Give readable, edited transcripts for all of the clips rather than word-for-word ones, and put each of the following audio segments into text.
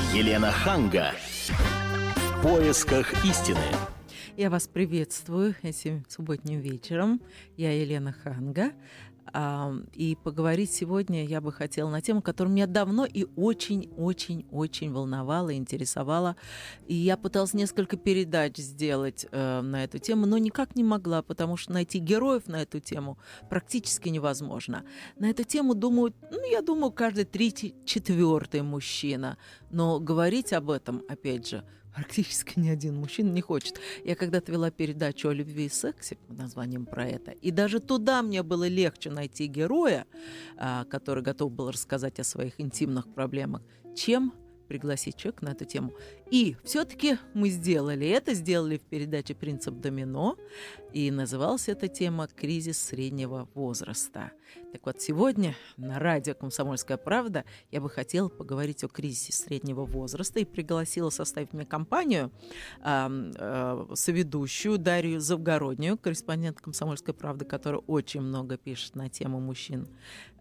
Елена Ханга. В поисках истины. Я вас приветствую этим субботним вечером. Я Елена Ханга. И поговорить сегодня я бы хотела на тему, которая меня давно и очень-очень-очень волновала, интересовала. И я пыталась несколько передач сделать на эту тему, но никак не могла, потому что найти героев на эту тему практически невозможно. На эту тему думают, я думаю, каждый третий, четвертый мужчина. Но говорить об этом, опять же, практически ни один мужчина не хочет. Я когда-то вела передачу о любви и сексе под названием «Про это». И даже туда мне было легче найти героя, который готов был рассказать о своих интимных проблемах, чем пригласить человека на эту тему. И все-таки мы сделали в передаче «Принцип домино», и называлась эта тема «Кризис среднего возраста». Так вот, сегодня на радио «Комсомольская правда» я бы хотела поговорить о кризисе среднего возраста и пригласила составить мне компанию соведущую Дарью Завгороднюю, корреспондент «Комсомольской правды», которая очень много пишет на тему мужчин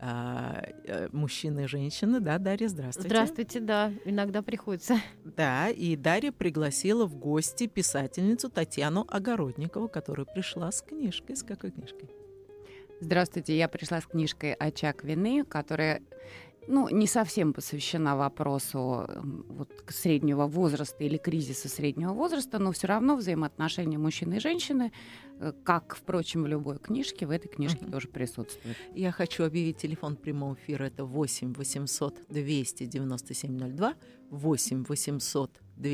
и женщины. Да, Дарья, здравствуйте. Здравствуйте, да, иногда приходится. Да, и Дарья пригласила в гости писательницу Татьяну Огородникову, которая пришла с книжкой. С какой книжкой? Здравствуйте, я пришла с книжкой «Очаг вины», которая не совсем посвящена вопросу среднего возраста или кризиса среднего возраста, но все равно взаимоотношения мужчины и женщины, как, впрочем, в любой книжке, в этой книжке тоже присутствует. Я хочу объявить телефон прямого эфира. Это 8 800 297 02, 8 800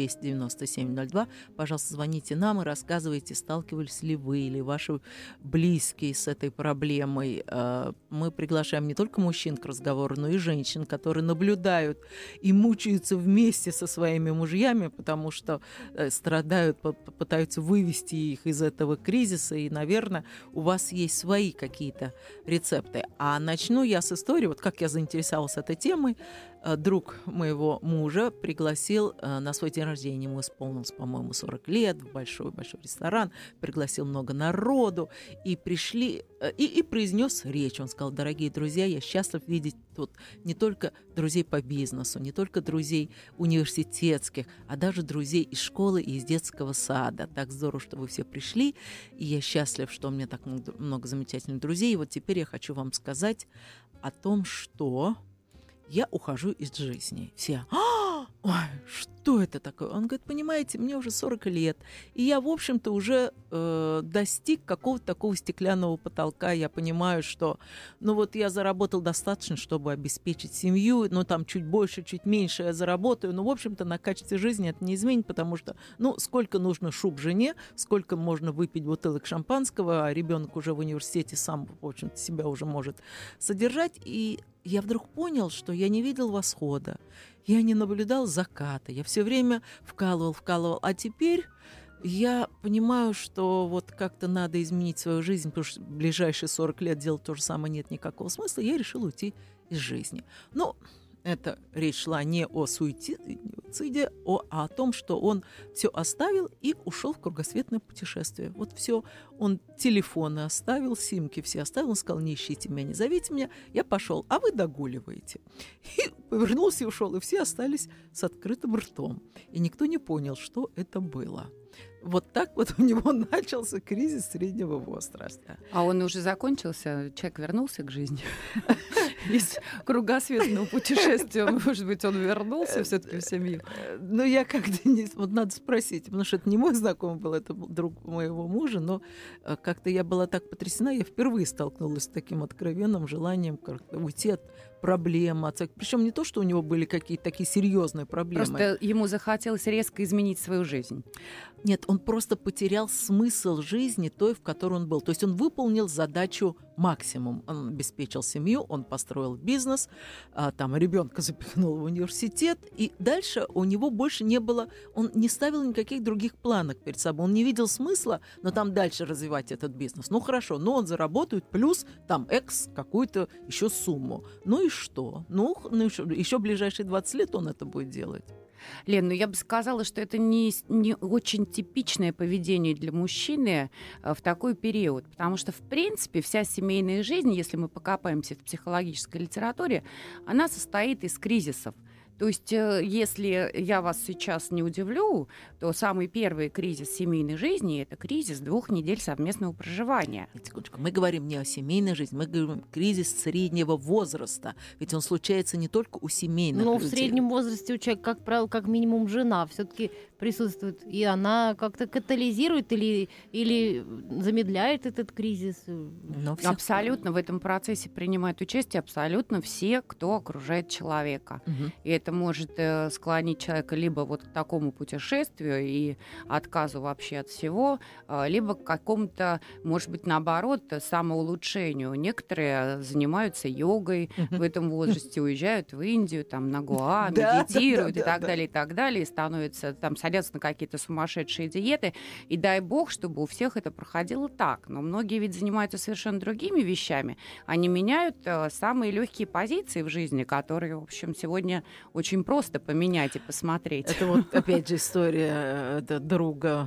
297 02. Пожалуйста, звоните нам и рассказывайте, сталкивались ли вы или ваши близкие с этой проблемой. Мы приглашаем не только мужчин к разговору, но и женщин, которые наблюдают и мучаются вместе со своими мужьями, потому что страдают, пытаются вывести их из этого кризиса, и, наверное, у вас есть свои какие-то рецепты. А начну я с истории, вот как я заинтересовалась этой темой. Друг моего мужа пригласил на свой день рождения, ему исполнилось, по-моему, 40 лет, в большой-большой ресторан, пригласил много народу, и пришли, и произнес речь. Он сказал: дорогие друзья, я счастлив видеть тут не только друзей по бизнесу, не только друзей университетских, а даже друзей из школы и из детского сада. Так здорово, что вы все пришли, и я счастлив, что у меня так много замечательных друзей. И вот теперь я хочу вам сказать о том, что я ухожу из жизни. Все: ой, что это такое? Он говорит: понимаете, мне уже 40 лет, и я, в общем-то, уже достиг какого-то такого стеклянного потолка. Я понимаю, что, я заработал достаточно, чтобы обеспечить семью, там чуть больше, чуть меньше я заработаю, но, в общем-то, на качестве жизни это не изменит, потому что, сколько нужно шуб жене, сколько можно выпить бутылок шампанского, а ребенок уже в университете сам, в общем-то, себя уже может содержать. И я вдруг понял, что я не видел восхода, я не наблюдал заката, я все время вкалывал, а теперь я понимаю, что вот как-то надо изменить свою жизнь, потому что в ближайшие 40 лет делать то же самое нет никакого смысла, я решил уйти из жизни. Эта речь шла не о суициде, а о том, что он все оставил и ушел в кругосветное путешествие. Вот все. Он телефоны оставил, симки все оставил. Он сказал: не ищите меня, не зовите меня. Я пошел, а вы догуливаете. И повернулся и ушел. И все остались с открытым ртом. И никто не понял, что это было. Вот так вот у него начался кризис среднего возраста. А он уже закончился? Человек вернулся к жизни? Из кругосветного путешествия, может быть, он вернулся все-таки в семью? Я как-то не... Вот надо спросить, потому что это не мой знакомый был, это был друг моего мужа, но как-то я была так потрясена, я впервые столкнулась с таким откровенным желанием как-то уйти от проблем. Причем не то, что у него были какие-то такие серьезные проблемы. Просто ему захотелось резко изменить свою жизнь. Нет, он просто потерял смысл жизни той, в которой он был. То есть он выполнил задачу максимум. Он обеспечил семью, он построил бизнес, ребенка запихнул в университет, и дальше у него больше не было, он не ставил никаких других планов перед собой. Он не видел смысла, но там дальше развивать этот бизнес. Хорошо, но он заработает плюс какую-то еще сумму. И что? Еще ближайшие 20 лет он это будет делать. Лен, я бы сказала, что это не очень типичное поведение для мужчины в такой период, потому что, в принципе, вся семейная жизнь, если мы покопаемся в психологической литературе, она состоит из кризисов. То есть, если я вас сейчас не удивлю, то самый первый кризис семейной жизни — это кризис 2 недель совместного проживания. Секундочку, мы говорим не о семейной жизни, мы говорим кризис среднего возраста. Ведь он случается не только у семейных людей. Но в среднем возрасте у человека, как правило, как минимум жена все-таки присутствует, и она как-то катализирует или замедляет этот кризис. Абсолютно в этом процессе принимают участие абсолютно все, кто окружает человека. И это может склонить человека либо вот к такому путешествию и отказу вообще от всего, либо к какому-то, может быть, наоборот, самоулучшению. Некоторые занимаются йогой в этом возрасте, уезжают в Индию, там, на Гоа, медитируют и так далее, и становятся, там, садятся на какие-то сумасшедшие диеты. И дай бог, чтобы у всех это проходило так. Но многие ведь занимаются совершенно другими вещами. Они меняют самые легкие позиции в жизни, которые, в общем, сегодня очень просто поменять и посмотреть. Это вот, опять же, история друга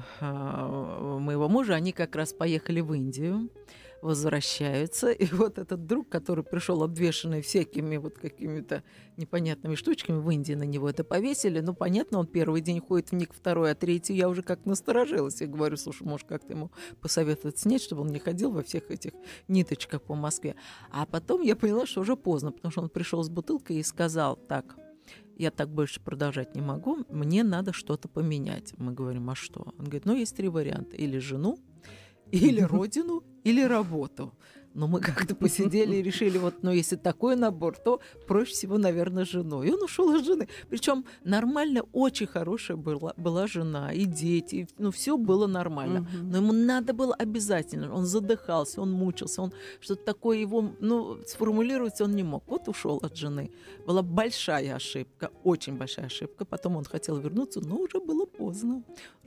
моего мужа. Они как раз поехали в Индию, возвращаются, и вот этот друг, который пришел обвешанный всякими вот какими-то непонятными штучками, в Индии на него это повесили, ну, понятно, он первый день ходит в них, второй, а третий я уже как насторожилась. Я говорю, слушай, может, как-то ему посоветовать снять, чтобы он не ходил во всех этих ниточках по Москве. А потом я поняла, что уже поздно, потому что он пришел с бутылкой и сказал, так, я так больше продолжать не могу, мне надо что-то поменять. Мы говорим, а что? Он говорит, ну, есть 3 варианта. Или жену, или родину, или работу. Но мы как-то посидели и решили, вот, ну, если такой набор, то проще всего, наверное, жену. И он ушел от жены. Причем нормально, очень хорошая была жена, и дети, ну, все было нормально. Но ему надо было обязательно. Он задыхался, он мучился, он что-то такое его, ну, сформулировать он не мог. Вот ушел от жены. Была большая ошибка, очень большая ошибка. Потом он хотел вернуться, но уже было поздно.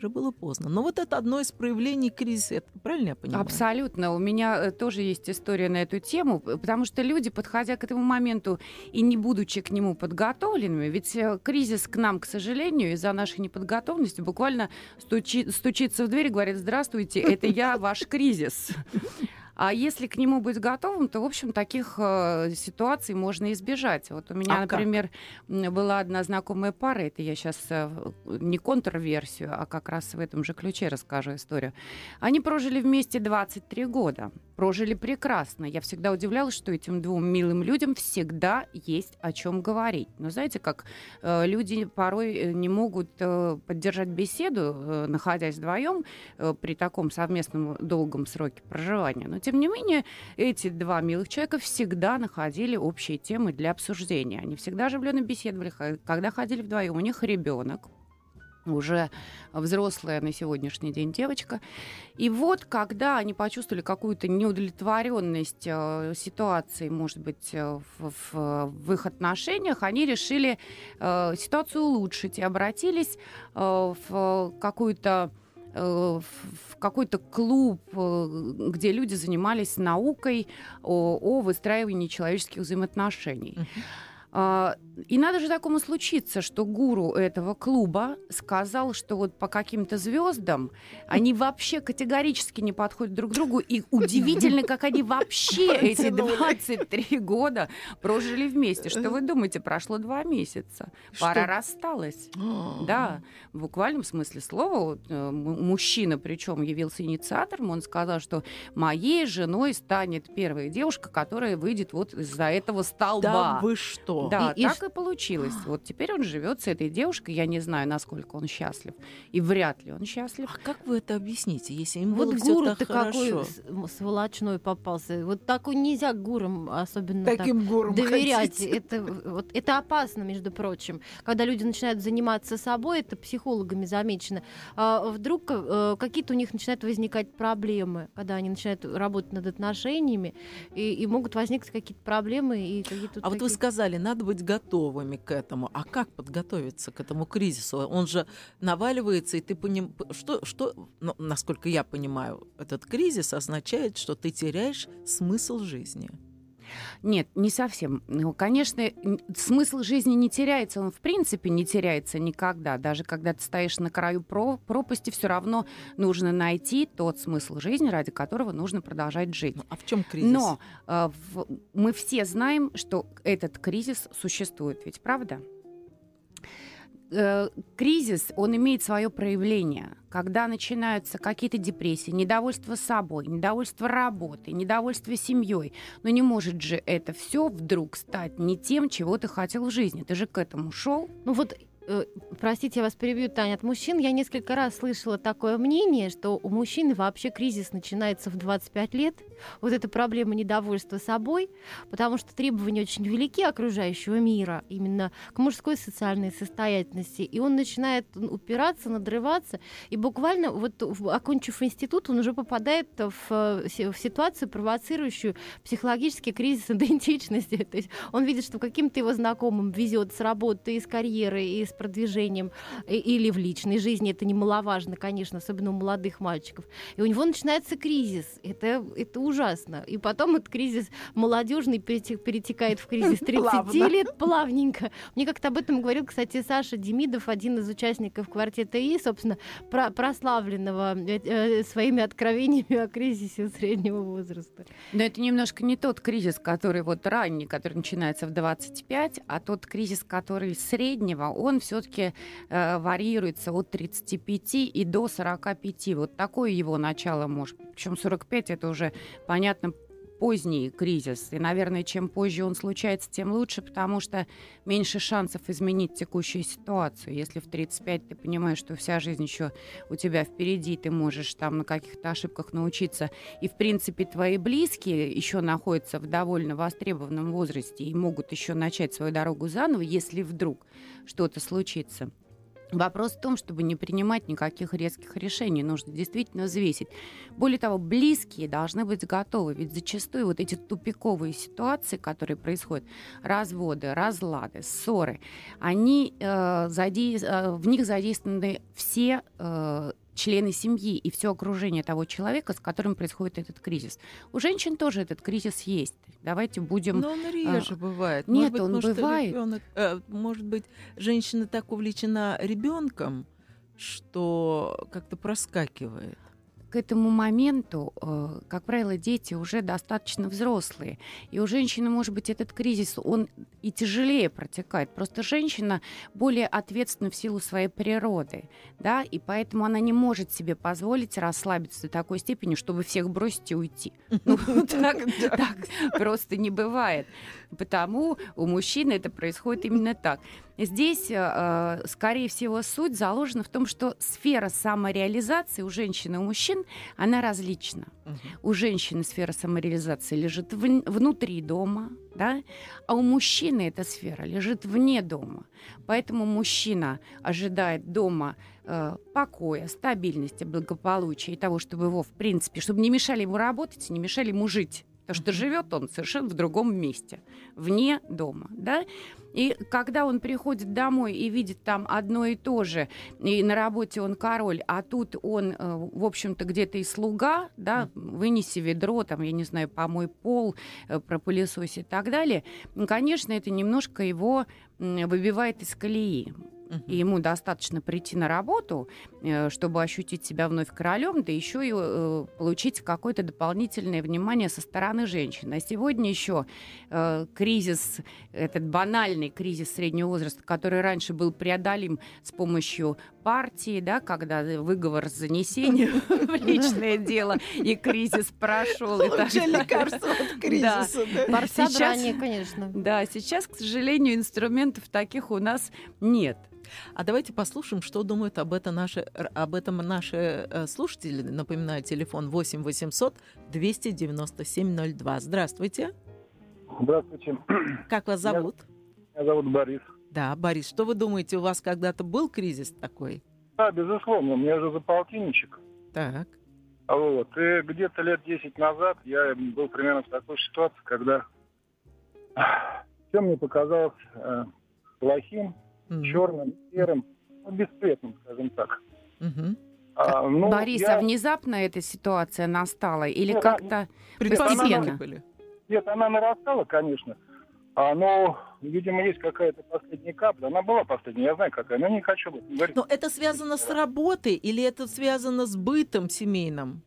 Но вот это одно из проявлений кризиса. Это правильно я понимаю? Абсолютно. У меня тоже есть история на эту тему, потому что люди, подходя к этому моменту и не будучи к нему подготовленными, ведь кризис к нам, к сожалению, из-за нашей неподготовленности буквально стучится в дверь и говорит: «Здравствуйте, это я, ваш кризис». А если к нему быть готовым, то, в общем, таких ситуаций можно избежать. Вот у меня, например, была одна знакомая пара, это я сейчас не контрверсию, а как раз в этом же ключе расскажу историю. Они прожили вместе 23 года, прожили прекрасно. Я всегда удивлялась, что этим 2 милым людям всегда есть о чем говорить. Но знаете, как люди порой не могут поддержать беседу, находясь вдвоем при таком совместном долгом сроке проживания. Но тем не менее, эти 2 милых человека всегда находили общие темы для обсуждения. Они всегда оживленно беседовали, когда ходили вдвоем. У них ребенок, уже взрослая на сегодняшний день девочка. И вот, когда они почувствовали какую-то неудовлетворенность ситуации, может быть, в их отношениях, они решили ситуацию улучшить и обратились в какой-то клуб, где люди занимались наукой о выстраивании человеческих взаимоотношений. И надо же такому случиться, что гуру этого клуба сказал, что вот по каким-то звездам они вообще категорически не подходят друг к другу. И удивительно, как они вообще эти 23 года прожили вместе. Что вы думаете, прошло 2 месяца. Пара рассталась. Да, в буквальном смысле слова. Мужчина, причем, явился инициатором. Он сказал, что моей женой станет первая девушка, которая выйдет вот из-за этого столба. Да вы что? Да, так и получилось. Вот теперь он живет с этой девушкой. Я не знаю, насколько он счастлив. И вряд ли он счастлив. А как вы это объясните, если им вот было всё так хорошо? Какой сволочной попался. Вот такой нельзя гурам особенно таким гурам доверять. Это опасно, между прочим. Когда люди начинают заниматься собой, это психологами замечено. А вдруг какие-то у них начинают возникать проблемы, когда они начинают работать над отношениями, и могут возникнуть какие-то проблемы. И какие-то вот вы сказали, надо быть готовыми к этому. А как подготовиться к этому кризису? Он же наваливается, и ты понимаешь, что, ну, насколько я понимаю, этот кризис означает, что ты теряешь смысл жизни. Нет, не совсем. Ну, конечно, смысл жизни не теряется, он в принципе не теряется никогда. Даже когда ты стоишь на краю пропасти, все равно нужно найти тот смысл жизни, ради которого нужно продолжать жить. А в чем кризис? Но мы все знаем, что этот кризис существует, ведь правда? кризис, он имеет свое проявление. Когда начинаются какие-то депрессии, недовольство собой, недовольство работой, недовольство семьей. Но не может же это все вдруг стать не тем, чего ты хотел в жизни. Ты же к этому шел. Ну вот, простите, я вас перебью, Таня, от мужчин я несколько раз слышала такое мнение, что у мужчин вообще кризис начинается в 25 лет. Вот эта проблема недовольства собой, потому что требования очень велики окружающего мира именно к мужской социальной состоятельности, и он начинает упираться, надрываться, и буквально, вот окончив институт, он уже попадает в ситуацию, провоцирующую психологический кризис идентичности. То есть он видит, что каким-то его знакомым везет с работы, и с карьерой, и с продвижением, или в личной жизни, это немаловажно, конечно, особенно у молодых мальчиков. И у него начинается кризис. Это ужасно. И потом этот кризис молодежный перетекает в кризис 30 лет плавненько. Мне как-то об этом говорил, кстати, Саша Демидов, один из участников квартета И, собственно, прославленного своими откровениями о кризисе среднего возраста. Но это немножко не тот кризис, который вот ранний, который начинается в 25, а тот кризис, который среднего, он все-таки варьируется от 35 и до 45. Вот такое его начало может быть. Причем 45 это уже, понятно, поздний кризис. И, наверное, чем позже он случается, тем лучше, потому что меньше шансов изменить текущую ситуацию. Если в 35 ты понимаешь, что вся жизнь еще у тебя впереди, ты можешь там на каких-то ошибках научиться, и, в принципе, твои близкие еще находятся в довольно востребованном возрасте и могут еще начать свою дорогу заново, если вдруг что-то случится. Вопрос в том, чтобы не принимать никаких резких решений. Нужно действительно взвесить. Более того, близкие должны быть готовы. Ведь зачастую вот эти тупиковые ситуации, которые происходят, разводы, разлады, ссоры, в них задействованы все члены семьи и все окружение того человека, с которым происходит этот кризис. У женщин тоже этот кризис есть. Давайте будем... Но он реже бывает. Нет, может, он бывает. Может быть, женщина так увлечена ребенком, что как-то проскакивает. К этому моменту, как правило, дети уже достаточно взрослые. И у женщины, может быть, этот кризис, он и тяжелее протекает. Просто женщина более ответственна в силу своей природы, да, и поэтому она не может себе позволить расслабиться до такой степени, чтобы всех бросить и уйти. Ну, так просто не бывает. Потому у мужчины это происходит именно так. Здесь, скорее всего, суть заложена в том, что сфера самореализации у женщин и у мужчин, она различна. У женщины сфера самореализации лежит внутри дома, да? А у мужчины эта сфера лежит вне дома. Поэтому мужчина ожидает дома покоя, стабильности, благополучия и того, чтобы его, в принципе, чтобы не мешали ему работать, не мешали ему жить. Потому что живет он совершенно в другом месте, вне дома, да? И когда он приходит домой и видит там одно и то же, и на работе он король, а тут он, в общем-то, где-то и слуга, да, вынеси ведро, там, я не знаю, помой пол, пропылесось и так далее, конечно, это немножко его выбивает из колеи. И ему достаточно прийти на работу, чтобы ощутить себя вновь королем, да еще и получить какое-то дополнительное внимание со стороны женщин. А сегодня еще кризис, этот банальный кризис среднего возраста, который раньше был преодолим с помощью партии, да, когда выговор с занесением в личное дело, и кризис прошел. Лучшее лекарство от кризиса. Сейчас, конечно. Да, сейчас, к сожалению, инструментов таких у нас нет. А давайте послушаем, что думают об этом наши слушатели. Напоминаю, телефон 8 800 297 02. Здравствуйте. Здравствуйте. Как вас зовут? Меня зовут Борис. Да, Борис, что вы думаете, у вас когда-то был кризис такой? Да, безусловно, мне же за полтинничек. Так. Вот. И где-то лет 10 назад я был примерно в такой ситуации, когда все мне показалось плохим, черным, серым, бесцветным, скажем так. Борис, а внезапно эта ситуация настала или как-то постепенно? Нет, она нарастала, конечно. Но, видимо, есть какая-то последняя капля. Она была последняя, я знаю какая, но не хочу об этом говорить. Но это связано с работой или это связано с бытом семейным?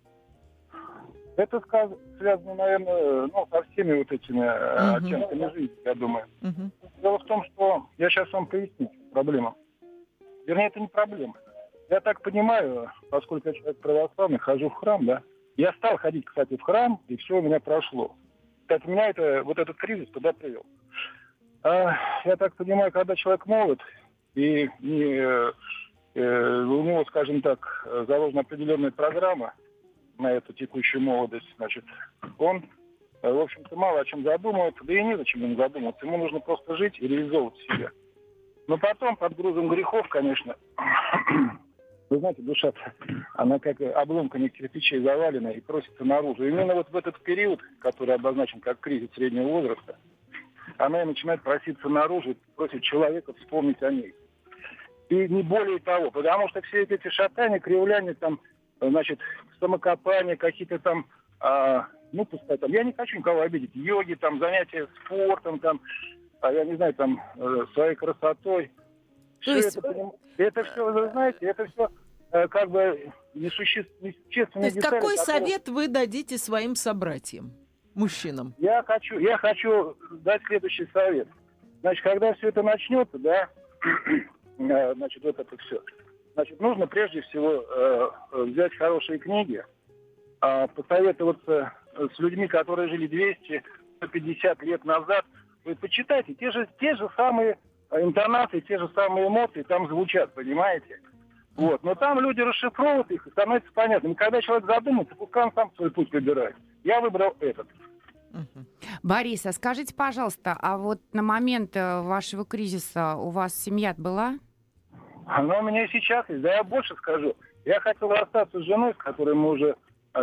Это связано, наверное, со всеми вот этими оттенками жизни, я думаю. Дело в том, что я сейчас вам поясню проблему. вернее, это не проблема. Я так понимаю, поскольку я человек православный, хожу в храм, да, я стал ходить, кстати, в храм, и все у меня прошло. Кстати, меня вот этот кризис туда привел. Я так понимаю, когда человек молод, и у него, скажем так, заложена определенная программа на эту текущую молодость, значит, он, в общем-то, мало о чем задумывается, да и незачем ему задумываться. Ему нужно просто жить и реализовывать себя. Но потом, под грузом грехов, конечно, вы знаете, душа, она как обломками кирпичей завалена и просится наружу. И именно вот в этот период, который обозначен как кризис среднего возраста, она и начинает проситься наружу, просит человека вспомнить о ней. И не более того, потому что все эти шатания, кривляния, там, значит, самокопания, какие-то там, пускай там, я не хочу никого обидеть, йоги, там, занятия спортом, там, я не знаю, там, своей красотой. То есть... это все, вы знаете, это все как бы несущественные детали. То есть какой совет вы дадите своим собратьям, мужчинам? Я хочу дать следующий совет. Значит, когда все это начнется, да, значит, вот это все. Значит, нужно прежде всего взять хорошие книги, посоветоваться с людьми, которые жили 200-150 лет назад. Вы почитайте, те же самые интонации, те же самые эмоции там звучат, понимаете? Вот. Но там люди расшифровывают их, и становится понятно. И когда человек задумается, пускай он сам свой путь выбирает. Я выбрал этот. Борис, а скажите, пожалуйста, а вот на момент вашего кризиса у вас семья была? Она у меня и сейчас есть. Да я больше скажу. Я хотел расстаться с женой, с которой мы уже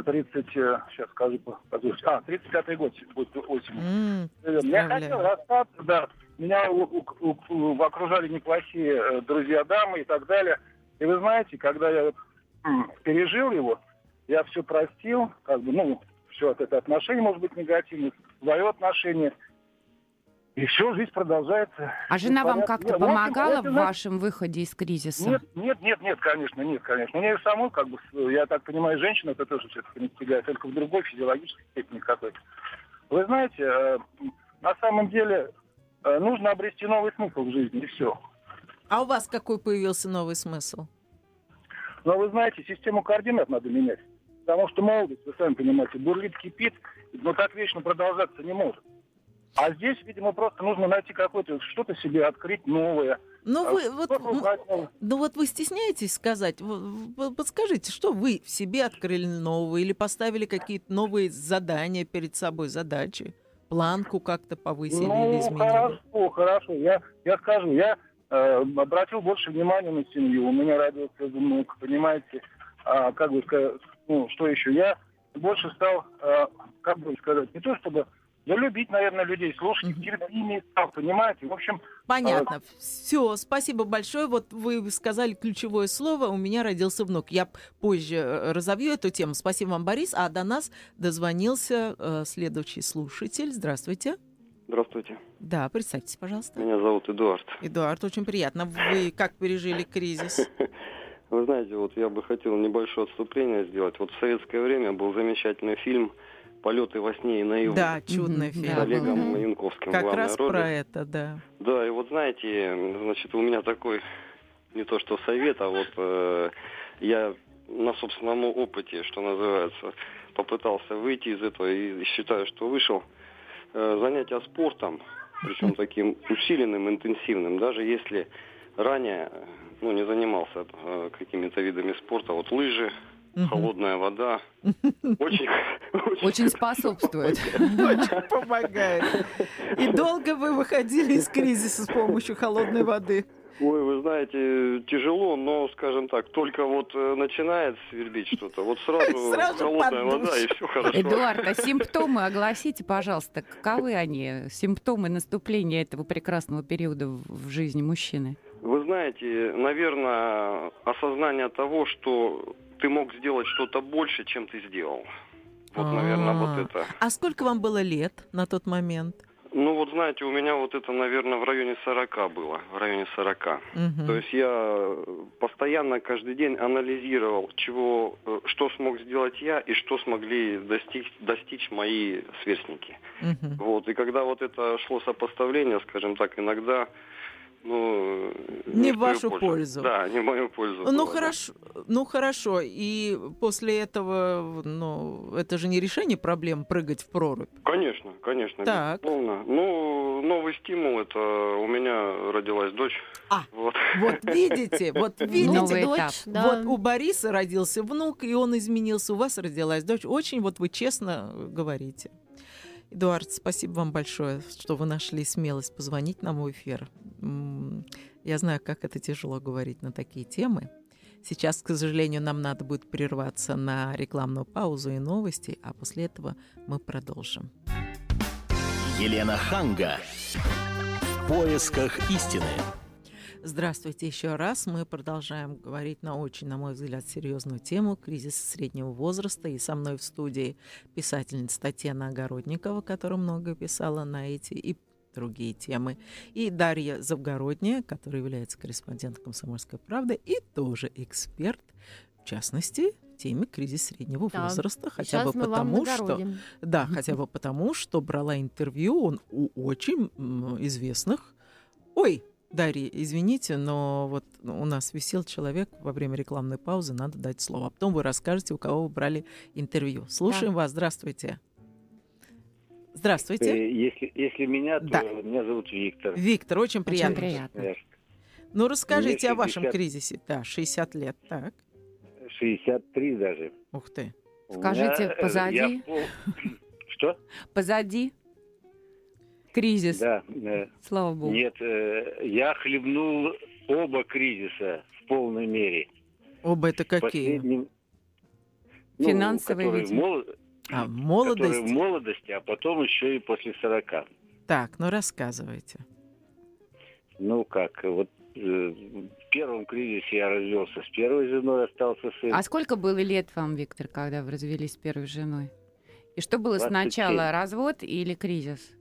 35-й год будет осенью. Я хотел расстаться, да. Меня окружали неплохие друзья-дамы и так далее. И вы знаете, когда я пережил его, я все простил, как бы, все от этого отношения может быть негативное, свое отношение. И все, жизнь продолжается. А жена вам как-то помогала в вашем выходе из кризиса? Нет, конечно. Мне самой, как бы, я так понимаю, женщина это тоже все-таки не достигает, только в другой физиологической степени какой-то. Вы знаете, на самом деле нужно обрести новый смысл в жизни, и все. А у вас какой появился новый смысл? Но вы знаете, систему координат надо менять. Потому что молодость, вы сами понимаете, бурлит, кипит, но так вечно продолжаться не может. А здесь, видимо, просто нужно найти какое-то, что-то себе открыть новое. Вы стесняетесь сказать? Подскажите, что вы в себе открыли нового или поставили какие-то новые задания перед собой, задачи? Планку как-то повысили или изменили? Хорошо. Я скажу, я обратил больше внимания на семью. У меня родился внук, понимаете? Как бы сказать, что еще? Я больше стал, как бы сказать, не то чтобы любить, наверное, людей, слушать, терпимее стал, понимаете? В общем... Понятно. Все, спасибо большое. Вот вы сказали ключевое слово «у меня родился внук». Я позже разовью эту тему. Спасибо вам, Борис. А до нас дозвонился следующий слушатель. Здравствуйте. Здравствуйте. Да, представьтесь, пожалуйста. Меня зовут Эдуард. Эдуард, очень приятно. Вы как пережили кризис? Вы знаете, вот я бы хотел небольшое отступление сделать. Вот в советское время был замечательный фильм «Полеты во сне и наяву». Да, чудный фильм. С Олегом Янковским. Как раз роли. Про это, да. Да, и вот знаете, значит, у меня такой, не то что совет, а вот я на собственном опыте, что называется, попытался выйти из этого и считаю, что вышел. Занятия спортом, причем таким усиленным, интенсивным, даже если ранее не занимался какими-то видами спорта, вот лыжи, холодная вода, очень способствует. Очень помогает. И долго вы выходили из кризиса с помощью холодной воды? Ой, вы знаете, тяжело, но, скажем так, только вот начинает свербить что-то, вот сразу холодная вода, и все хорошо. Эдуард, а симптомы огласите, пожалуйста, каковы они, симптомы наступления этого прекрасного периода в жизни мужчины? Вы знаете, наверное, осознание того, что ты мог сделать что-то больше, чем ты сделал. Вот, наверное, вот это. А сколько вам было лет на тот момент? Вот знаете, у меня вот это, наверное, в районе 40 было, в районе 40. То есть я постоянно каждый день анализировал, что смог сделать я и что смогли достичь мои сверстники. Вот, и когда вот это шло сопоставление, скажем так, иногда Ну, не в вашу пользу. Да, не в мою пользу. Ну, было, хорошо, да. Ну, хорошо. И после этого, ну, это же не решение проблем прыгать в прорубь. Конечно, так. Безусловно. Ну, новый стимул, это у меня родилась дочь. Вот видите, Новый этап, да. Вот у Бориса родился внук, и он изменился, у вас родилась дочь. Очень вот вы честно говорите. Эдуард, спасибо вам большое, что вы нашли смелость позвонить нам в эфир. Я знаю, как это тяжело говорить на такие темы. Сейчас, к сожалению, нам надо будет прерваться на рекламную паузу и новости, а после этого мы продолжим. Елена Ханга. В поисках истины. Здравствуйте еще раз. Мы продолжаем говорить на очень, на мой взгляд, серьезную тему кризиса среднего возраста. И со мной в студии писательница Татьяна Огородникова, которая много писала на эти и другие темы. И Дарья Завгородняя, которая является корреспондентом «Комсомольской правды» и тоже эксперт, в частности, в теме кризиса среднего возраста. Хотя бы потому, хотя бы потому, что брала интервью он у очень известных... Дарья, извините, но вот у нас висел человек во время рекламной паузы, надо дать слово. А потом вы расскажете, у кого вы брали интервью. Слушаем вас. Здравствуйте. Здравствуйте. Если меня, то меня зовут Виктор. Виктор, очень приятно. Очень приятно. Ну, расскажите о вашем кризисе. Да, 60 лет, так. 63 даже. Ух ты. Скажите, позади. Что? Позади. Кризис. Да. Слава богу. Нет, я хлебнул оба кризиса в полной мере. Оба это какие? Финансовые, видимо. В молодости? Которые в молодости, а потом еще и после 40. Так, ну рассказывайте. Ну как, вот в первом кризисе я развелся с первой женой, остался сын. А сколько было лет вам, Виктор, когда вы развелись с первой женой? И что было 27. сначала, развод или кризис?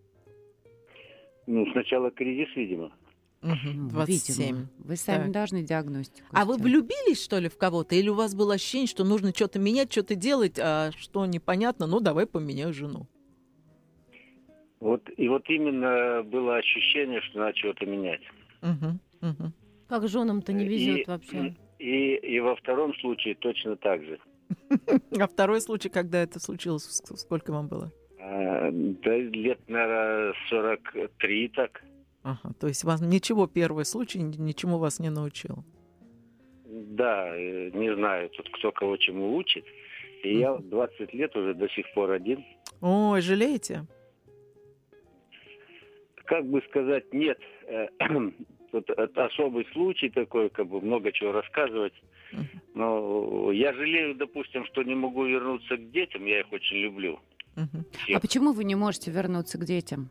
Ну, сначала кризис, видимо. 27. Видимо. Вы сами должны диагностику. А вы влюбились, что ли, в кого-то? Или у вас было ощущение, что нужно что-то менять, что-то делать, а что непонятно, ну, давай поменяю жену? Вот именно было ощущение, что надо чего-то менять. Как женам-то не везет вообще. И во втором случае точно так же. А второй случай, когда это случилось, сколько вам было? Да, лет, наверное, 43 так. Ага, то есть вас ничего, первый случай ничему вас не научил? Да, не знаю, тут кто кого чему учит. И я 20 лет уже до сих пор один. Ой, жалеете? Как бы сказать, нет. Тут особый случай такой, как бы много чего рассказывать. Но я жалею, допустим, что не могу вернуться к детям, я их очень люблю. А почему вы не можете вернуться к детям?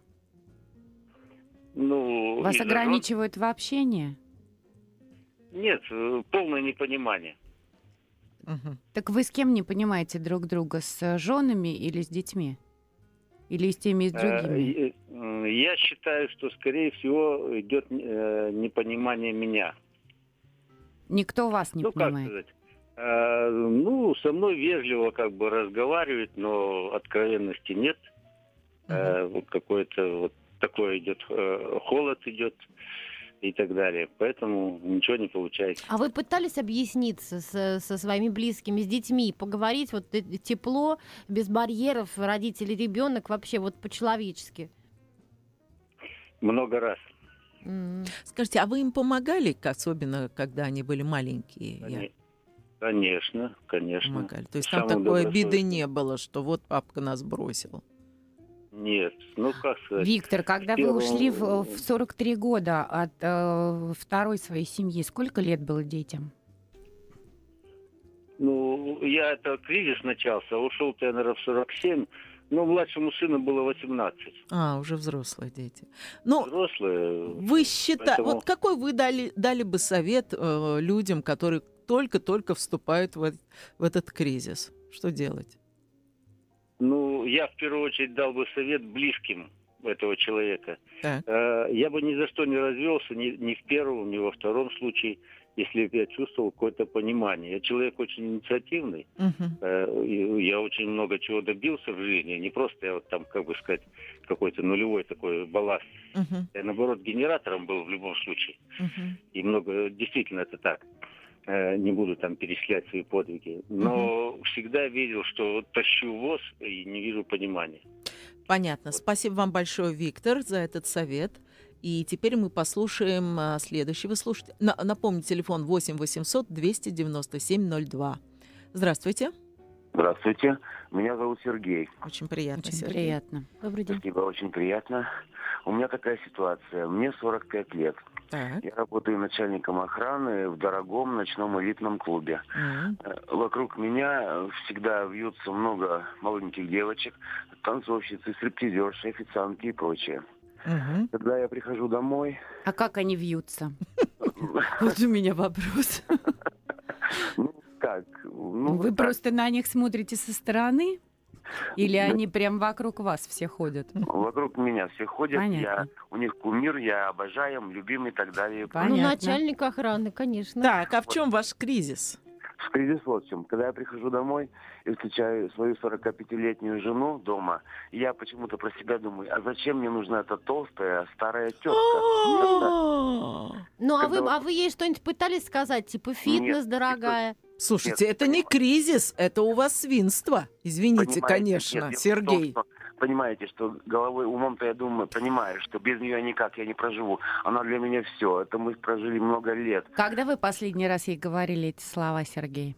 Ну, вас ограничивают в общении? Нет, полное непонимание. Так вы с кем не понимаете друг друга? С женами или с детьми? Или с теми и с другими? Я считаю, что, скорее всего, идет непонимание меня. Никто вас не понимает? Как сказать? Со мной вежливо как бы разговаривает, но откровенности нет. Вот какое-то вот такое идет, холод идет и так далее. Поэтому ничего не получается. А вы пытались объясниться со своими близкими, с детьми, поговорить вот тепло, без барьеров, родители, ребенок, вообще вот по-человечески? Много раз. Скажите, а вы им помогали, особенно когда они были маленькие? Конечно. Помогали. То есть там такой обиды не было, что вот папка нас бросил? Нет, как сказать. Виктор, когда вы ушли в 43 года от второй своей семьи, сколько лет было детям? Это кризис начался, ушел-то я, наверное, в 47. Младшему сыну было 18. Уже взрослые дети. Взрослые. Вы считаете, вот какой вы дали бы совет людям, которые только-только вступают в этот кризис? Что делать? Я в первую очередь дал бы совет близким этого человека. Так. Я бы ни за что не развелся, ни в первом, ни во втором случае, если бы я чувствовал какое-то понимание. Я человек очень инициативный. Я очень много чего добился в жизни. Не просто я какой-то нулевой такой балласт. Я, наоборот, генератором был в любом случае. И много, действительно, это так. Не буду там перечислять свои подвиги. Но всегда видел, что тащу воз и не вижу понимания. Понятно. Спасибо вам большое, Виктор, за этот совет. И теперь мы послушаем следующего слушателя. Напомню, телефон 8 800 297 02. Здравствуйте. Здравствуйте. Меня зовут Сергей. Очень приятно, Очень Сергей. приятно. Добрый день. Спасибо, очень приятно. У меня такая ситуация. Мне 45 лет. Так. Я работаю начальником охраны в дорогом ночном элитном клубе. Вокруг меня всегда вьются много молоденьких девочек, танцовщицы, стриптизерши, официантки и прочее. Когда я прихожу домой... А как они вьются? Вот у меня вопрос. Ну, как? Вы просто на них смотрите со стороны? Или они прям вокруг вас все ходят? Вокруг меня все ходят. Понятно. Я у них кумир, я обожаем, любимый и так далее. Понятно. Ну, начальник охраны, конечно. Так, а в чем ваш кризис? Кризис вот в чем. Когда я прихожу домой и встречаю свою 45-летнюю жену дома, я почему-то про себя думаю, а зачем мне нужна эта толстая старая тетка? Ну, а вы ей что-нибудь пытались сказать? Типа фитнес, дорогая? Слушайте, Нет, это не кризис, это у вас свинство. Извините, конечно, нет, Сергей. Понимаете, что головой, умом-то я думаю, понимаю, что без нее никак я не проживу. Она для меня все. Это мы прожили много лет. Когда вы последний раз ей говорили эти слова, Сергей?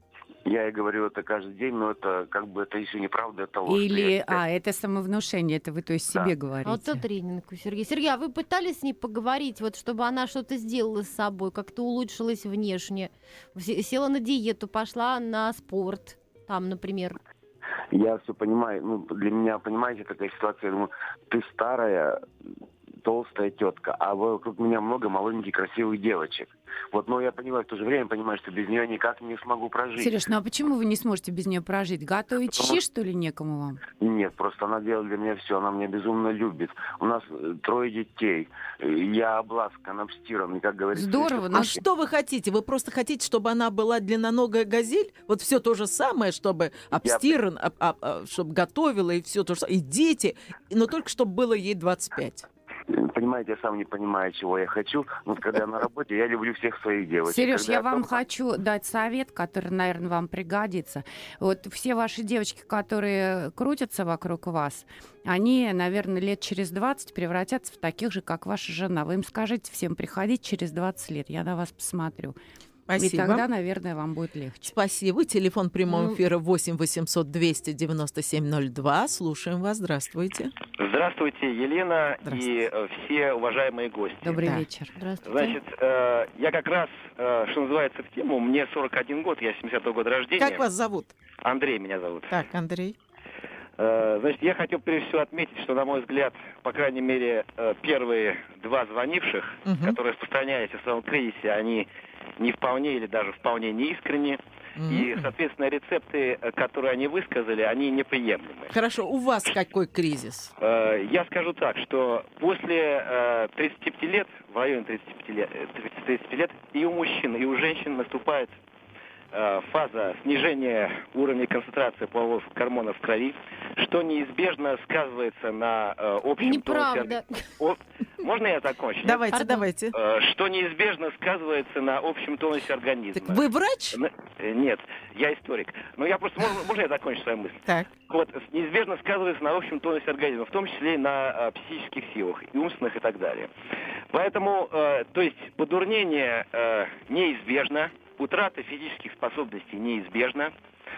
Я ей говорю это каждый день, но это как бы это еще неправда, это ложь. Или, это самовнушение, это вы, то есть, себе говорите? А вот это тренинг у Сергея. Сергей, а вы пытались с ней поговорить, вот чтобы она что-то сделала с собой, как-то улучшилась внешне? Села на диету, пошла на спорт, там, например. Я все понимаю. Ну, для меня, понимаете, такая ситуация. Я думаю, ты старая, толстая тетка, а вокруг меня много молоденьких, красивых девочек. Вот, но я понимаю, в то же время понимаю, что без нее никак не смогу прожить. Сереж, ну а почему вы не сможете без нее прожить? Готовить щи, что ли, некому вам? Нет, просто она делает для меня все. Она меня безумно любит. У нас 3 детей. Я обласкан, обстиран. И, как говорится, Здорово. А что вы хотите? Вы просто хотите, чтобы она была длинноногая газель? Вот все то же самое, чтобы обстиран, чтобы готовила и все то же самое. И дети, но только чтобы было ей 25. Понимаете, я сам не понимаю, чего я хочу. Но когда я на работе, я люблю всех своих девочек. Сереж, Когда я вам дома... хочу дать совет, который, наверное, вам пригодится. Вот все ваши девочки, которые крутятся вокруг вас, они, наверное, лет через 20 превратятся в таких же, как ваша жена. Вы им скажите всем приходить через 20 лет, я на вас посмотрю. Спасибо. И тогда, наверное, вам будет легче. Спасибо. Телефон прямого эфира 8 800 297 02. Слушаем вас. Здравствуйте. Здравствуйте, Елена Здравствуйте. и все уважаемые гости. Добрый Да. вечер. Здравствуйте. Значит, я как раз, что называется, в тему. Мне 41 год, я 70-го года рождения. Как вас зовут? Андрей меня зовут. Так, Андрей. Значит, я хотел прежде всего отметить, что, на мой взгляд, по крайней мере, первые 2 звонивших, которые распространяются в своем кризисе, они не вполне или даже вполне неискренни. И, соответственно, рецепты, которые они высказали, они неприемлемы. Хорошо, у вас какой кризис? Я скажу так, что после 35 лет, в районе 35 лет, и у мужчин, и у женщин наступает фаза снижения уровня концентрации половых гормонов в крови, что неизбежно сказывается на общем... Неправда. Можно я закончу? Давайте. Что неизбежно сказывается на общем тонусе организма. Так вы врач? Нет, я историк. Но я просто... Можно я закончу свою мысль? Так. Вот, неизбежно сказывается на общем тонусе организма, в том числе и на психических силах, и умственных, и так далее. Поэтому, то есть, подурнение неизбежно, утрата физических способностей неизбежна.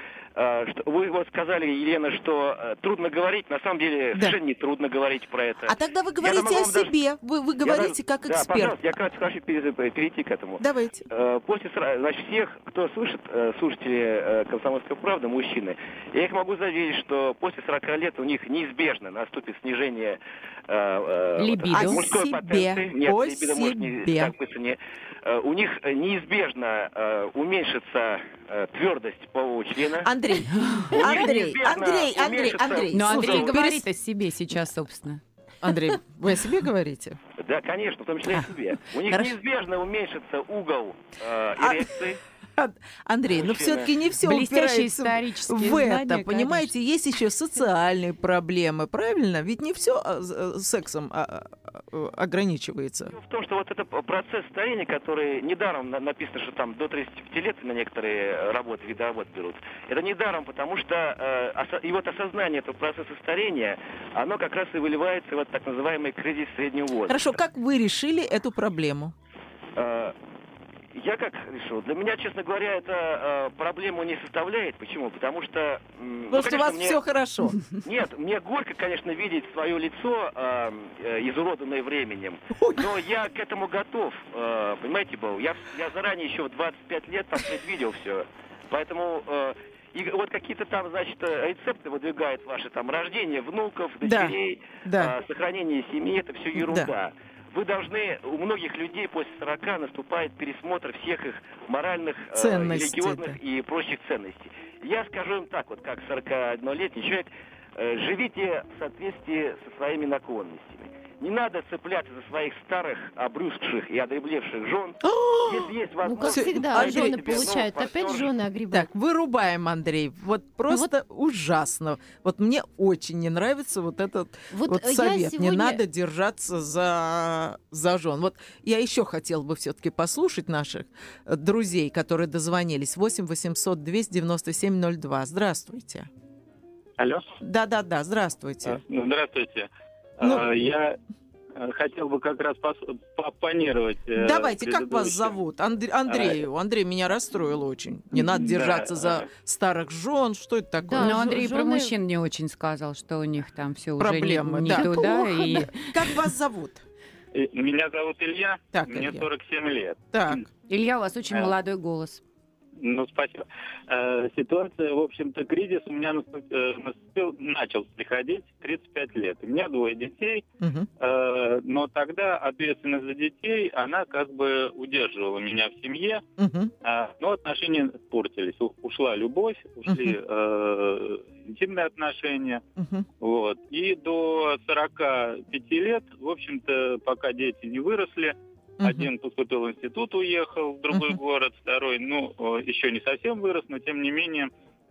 Вы вот сказали, Елена, что трудно говорить. На самом деле, совершенно не трудно говорить про это. А тогда вы говорите о себе. Вы говорите как эксперт. Да, пожалуйста, я как раз хочу перейти к этому. Давайте. Значит, всех, кто слышит, слушатели «Комсомольской правды», мужчины, я их могу заверить, что после 40 лет у них неизбежно наступит снижение либидо. мужской потенции. Нет, либидо может не так быстро у них неизбежно уменьшится твердость полового члена. Андрей. Но Андрей говорит о себе сейчас, собственно. Андрей, вы о себе говорите? Да, конечно, в том числе и о себе. У них неизбежно уменьшится угол эрекции. Андрей, но все-таки не все упирается в это, понимаете? Есть еще социальные проблемы, правильно? Ведь не все сексом ограничивается. В том, что вот это процесс старения, который недаром написано, что там до 35 лет на некоторые работы, виды работ берут. Это недаром, потому что и вот осознание этого процесса старения, оно как раз и выливается в вот так называемый кризис среднего возраста. Хорошо, как вы решили эту проблему? Я как решил? Для меня, честно говоря, это проблему не составляет. Почему? Потому что... Потому что у вас все хорошо. Нет, мне горько, конечно, видеть свое лицо, изуродованное временем. Но я к этому готов. Понимаете, Бау? Я заранее еще в 25 лет там предвидел все. Поэтому... И вот какие-то там, значит, рецепты выдвигают ваши там рождение внуков, дочерей, сохранение семьи. Это все ерунда. Да. Вы должны, у многих людей после 40 наступает пересмотр всех их моральных, религиозных и прочих ценностей. Я скажу им так, вот как 41-летний человек, живите в соответствии со своими наклонностями. Не надо цепляться за своих старых, обрюзгших и одреблевших жен. Если есть возможность... как всегда, жены получают. Опять жены огребают. Так, вырубаем, Андрей. Вот просто ужасно. Вот мне очень не нравится вот этот вот совет. Сегодня... Не надо держаться за жен. Вот я еще хотела бы все-таки послушать наших друзей, которые дозвонились. 8 800 297 02. Здравствуйте. Алло. Да, здравствуйте. Здравствуйте. Я хотел бы как раз пооппонировать. Давайте, как вас зовут? Андрею. Андрей меня расстроил очень. Не надо держаться за старых жен. Что это такое? Да, но Андрей про мужчин не очень сказал, что у них там все уже не туда. Как вас зовут? Меня зовут Илья. Мне 47 лет. Так. Илья, у вас очень молодой голос. Ну, спасибо. Ситуация, в общем-то, кризис у меня начал приходить 35 лет. У меня 2 детей, но тогда ответственность за детей, она как бы удерживала меня в семье, но отношения портились. Ушла любовь, ушли интимные отношения. Вот. И до 45 лет, в общем-то, пока дети не выросли, один поступил в институт, уехал в другой город, второй, еще не совсем вырос, но тем не менее,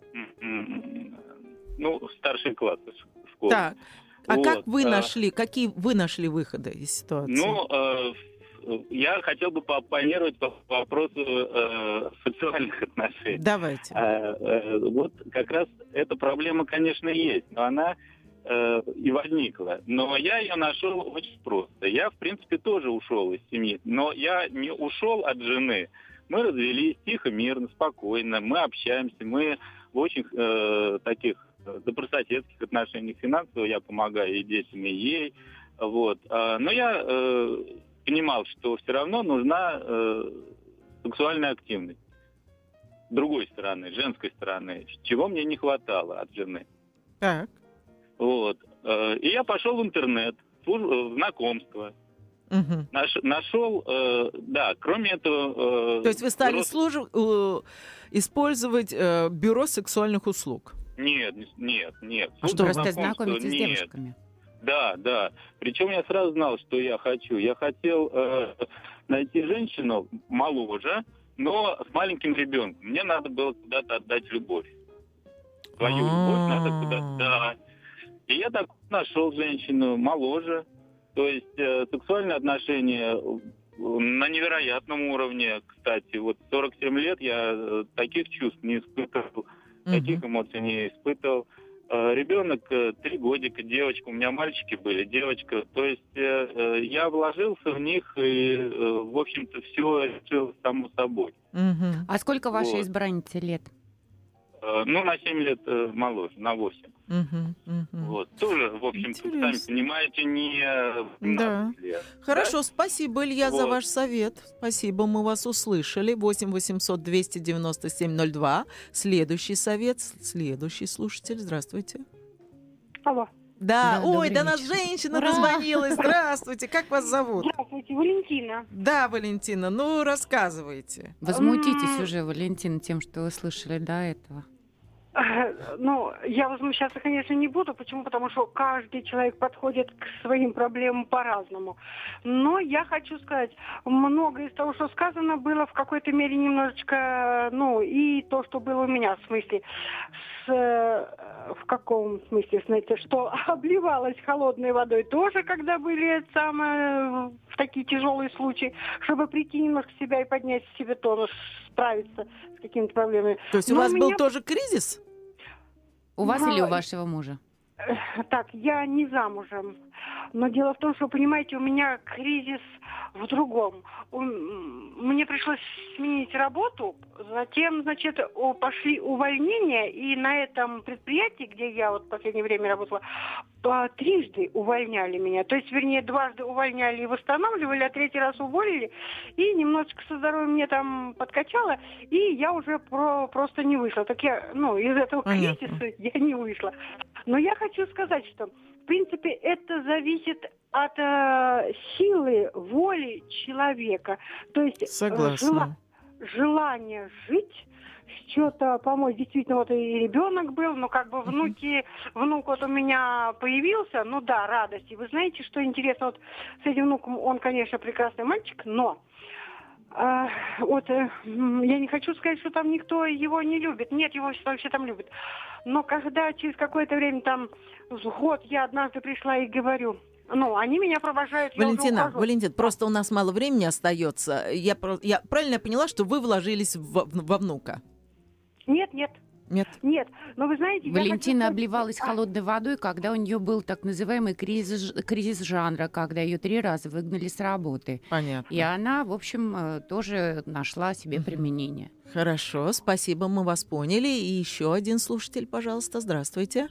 старший класс школы. Так. А вот. Как вы нашли, какие вы нашли выходы из ситуации? Я хотел бы пооппонировать по вопросу социальных отношений. Давайте. Вот как раз эта проблема, конечно, есть, но она и возникла. Но я ее нашел очень просто. Я, в принципе, тоже ушел из семьи, но я не ушел от жены. Мы развелись тихо, мирно, спокойно, мы общаемся, мы в очень таких добрососедских отношениях. Финансово я помогаю и детям, и ей. Вот. Но я понимал, что все равно нужна сексуальная активность. С другой стороны, женской стороны, чего мне не хватало от жены. Так. Вот. И я пошел в интернет, в знакомство. Нашел, кроме этого... То есть вы стали использовать бюро сексуальных услуг? Нет. А что, просто знакомиться с девушками? Да. Причем я сразу знал, что я хочу. Я хотел найти женщину моложе, но с маленьким ребенком. Мне надо было куда-то отдать любовь. Свою любовь надо куда-то... Да. И я так нашел женщину моложе, то есть сексуальные отношения на невероятном уровне. Кстати, вот 47 лет я таких чувств не испытывал, таких эмоций не испытывал. Ребенок 3 годика, девочка, у меня мальчики были, девочка. То есть я вложился в них и, в общем-то, все решил само собой. А сколько вашей избраннице лет? На 7 лет моложе, на 8. Вот. Тоже, в общем-то, сами понимаете, не 15 лет. Хорошо, да? Спасибо, Илья, за ваш совет. Спасибо, мы вас услышали. 8 800 297 02. Следующий совет, следующий слушатель. Здравствуйте. Алло. Да, до нас женщина дозвонилась. Здравствуйте, как вас зовут? Здравствуйте, Валентина. Да, Валентина, рассказывайте. Возмутитесь уже, Валентина, тем, что вы слышали до этого. Ну, я возмущаться, конечно, не буду. Почему? Потому что каждый человек подходит к своим проблемам по-разному. Но я хочу сказать, многое из того, что сказано, было в какой-то мере немножечко, ну, и то, что было у меня, в смысле, в каком смысле, знаете, что обливалась холодной водой тоже, когда были в такие тяжелые случаи, чтобы прийти немножко в себя и поднять в себе тонус, справиться с какими-то проблемами. То есть у вас был тоже кризис? У вас или у вашего мужа? Так, я не замужем. Но дело в том, что, понимаете, у меня кризис в другом. Мне пришлось сменить работу, затем, значит, пошли увольнения, и на этом предприятии, где я вот в последнее время работала, трижды увольняли меня. То есть, вернее, дважды увольняли и восстанавливали, а третий раз уволили, и немножечко со здоровьем мне там подкачало, и я уже просто не вышла. Так я, из этого кризиса я не вышла. Но я хочу сказать, что, в принципе, это зависит от силы воли человека. То есть желание жить, что-то помочь. Действительно, вот и ребенок был, но как бы внук вот у меня появился, ну да, радость. И вы знаете, что интересно, вот с этим внуком, он, конечно, прекрасный мальчик, но я не хочу сказать, что там никто его не любит. Нет, его вообще там любят. Но когда через какое-то время, там, год, я однажды пришла и говорю, они меня провожают. Валентина, просто у нас мало времени остается. Я правильно поняла, что вы вложились во внука? Нет. Но вы знаете, Валентина обливалась холодной водой, когда у нее был так называемый кризис жанра, когда ее 3 раза выгнали с работы. Понятно. И она, в общем, тоже нашла себе применение. Хорошо, спасибо, мы вас поняли. И еще один слушатель, пожалуйста, здравствуйте.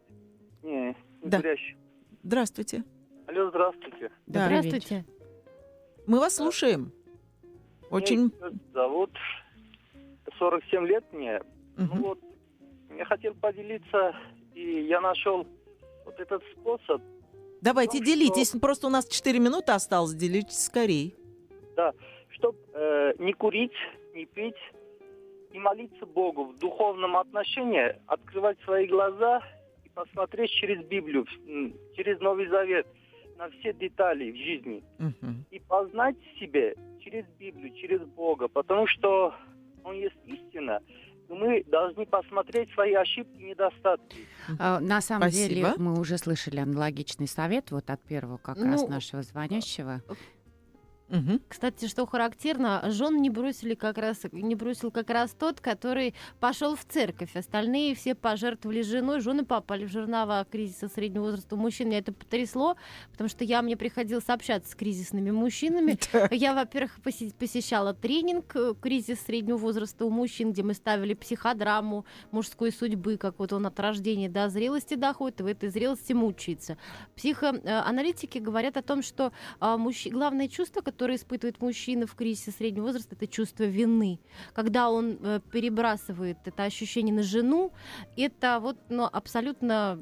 Здравствуйте. Алло, здравствуйте. Да, здравствуйте. Мы вас слушаем. Очень... Меня зовут, 47 лет мне. Я хотел поделиться, и я нашел вот этот способ. Давайте делитесь, просто у нас 4 минуты осталось, делитесь скорей. Да, чтобы не курить, не пить и молиться Богу в духовном отношении, открывать свои глаза и посмотреть через Библию, через Новый Завет на все детали в жизни. И познать себе через Библию, через Бога, потому что Он есть истина. Мы должны посмотреть свои ошибки и недостатки. На самом деле мы уже слышали аналогичный совет вот от первого как раз нашего звонящего. Кстати, что характерно, жен не бросил как раз тот, который пошел в церковь. Остальные все пожертвовали женой, жены попали в жернова кризиса среднего возраста у мужчин. Меня это потрясло, потому что мне приходилось общаться с кризисными мужчинами. Я, во-первых, посещала тренинг «Кризис среднего возраста у мужчин», где мы ставили психодраму мужской судьбы, как вот он от рождения до зрелости доходит, и в этой зрелости мучается. Психоаналитики говорят о том, что главное чувство, которое испытывает мужчина в кризисе среднего возраста, это чувство вины. Когда он перебрасывает это ощущение на жену, это абсолютно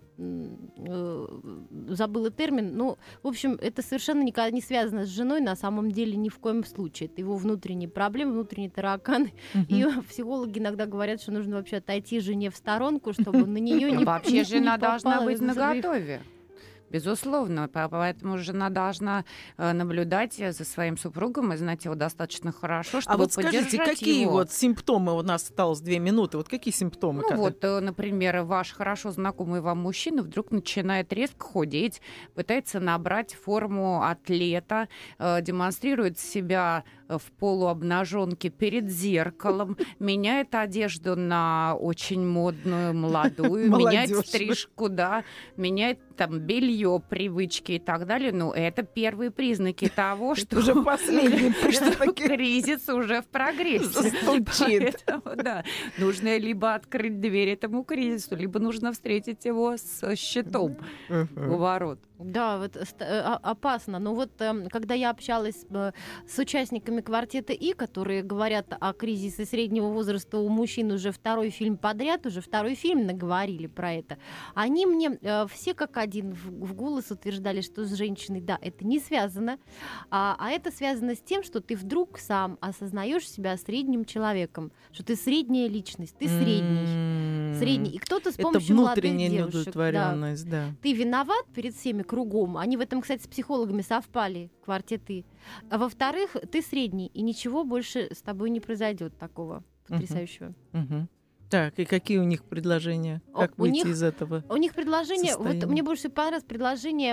забыла термин, в общем, это совершенно никогда не связано с женой на самом деле ни в коем случае. Это его внутренние проблемы, внутренние тараканы. И психологи иногда говорят, что нужно вообще отойти жене в сторонку, чтобы на нее не попало. Вообще жена должна быть наготове. Безусловно, поэтому жена должна наблюдать за своим супругом и знать его достаточно хорошо, чтобы поддержать его. Скажите, какие симптомы, у нас осталось 2 минуты, какие симптомы? Например, ваш хорошо знакомый вам мужчина вдруг начинает резко худеть, пытается набрать форму атлета, демонстрирует себя в полуобнаженке перед зеркалом, меняет одежду на очень модную, молодую, меняет стрижку, меняет белье, привычки и так далее. Это первые признаки того, что уже последний кризис уже в прогрессе. Поэтому, нужно либо открыть дверь этому кризису, либо нужно встретить его с щитом у ворот. Да, опасно. Но когда я общалась с участниками «Квартета И», которые говорят о кризисе среднего возраста у мужчин уже 2-й фильм подряд, уже 2-й фильм наговорили про это, они мне все как один в голос утверждали, что с женщиной, это не связано, а это связано с тем, что ты вдруг сам осознаешь себя средним человеком, что ты средняя личность, ты средний. средний, и кто-то с Это помощью молодых внутренняя девушек. неудовлетворенность, да. Ты виноват перед всеми кругом. Они в этом, кстати, с психологами совпали, квартеты. А во-вторых, ты средний, и ничего больше с тобой не произойдет такого потрясающего. Так, и какие у них предложения? Как выйти из этого? У них предложение, состояния? вот мне больше всего понравилось предложение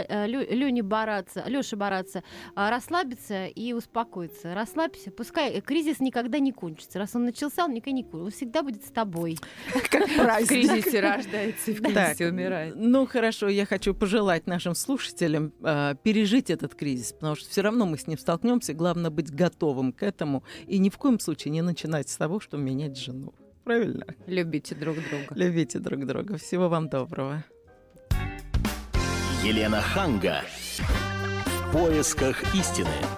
Лёши Бараца, расслабиться и успокоиться. Расслабься, пускай кризис никогда не кончится. Раз он начался, он никогда не кончится. Он всегда будет с тобой. Как праздник. В кризисе рождается и в кризисе умирает. Ну, хорошо, я хочу пожелать нашим слушателям пережить этот кризис, потому что все равно мы с ним столкнемся. Главное быть готовым к этому и ни в коем случае не начинать с того, что менять жену. Правильно? Любите друг друга. Любите друг друга. Всего вам доброго. Елена Ханга. В поисках истины.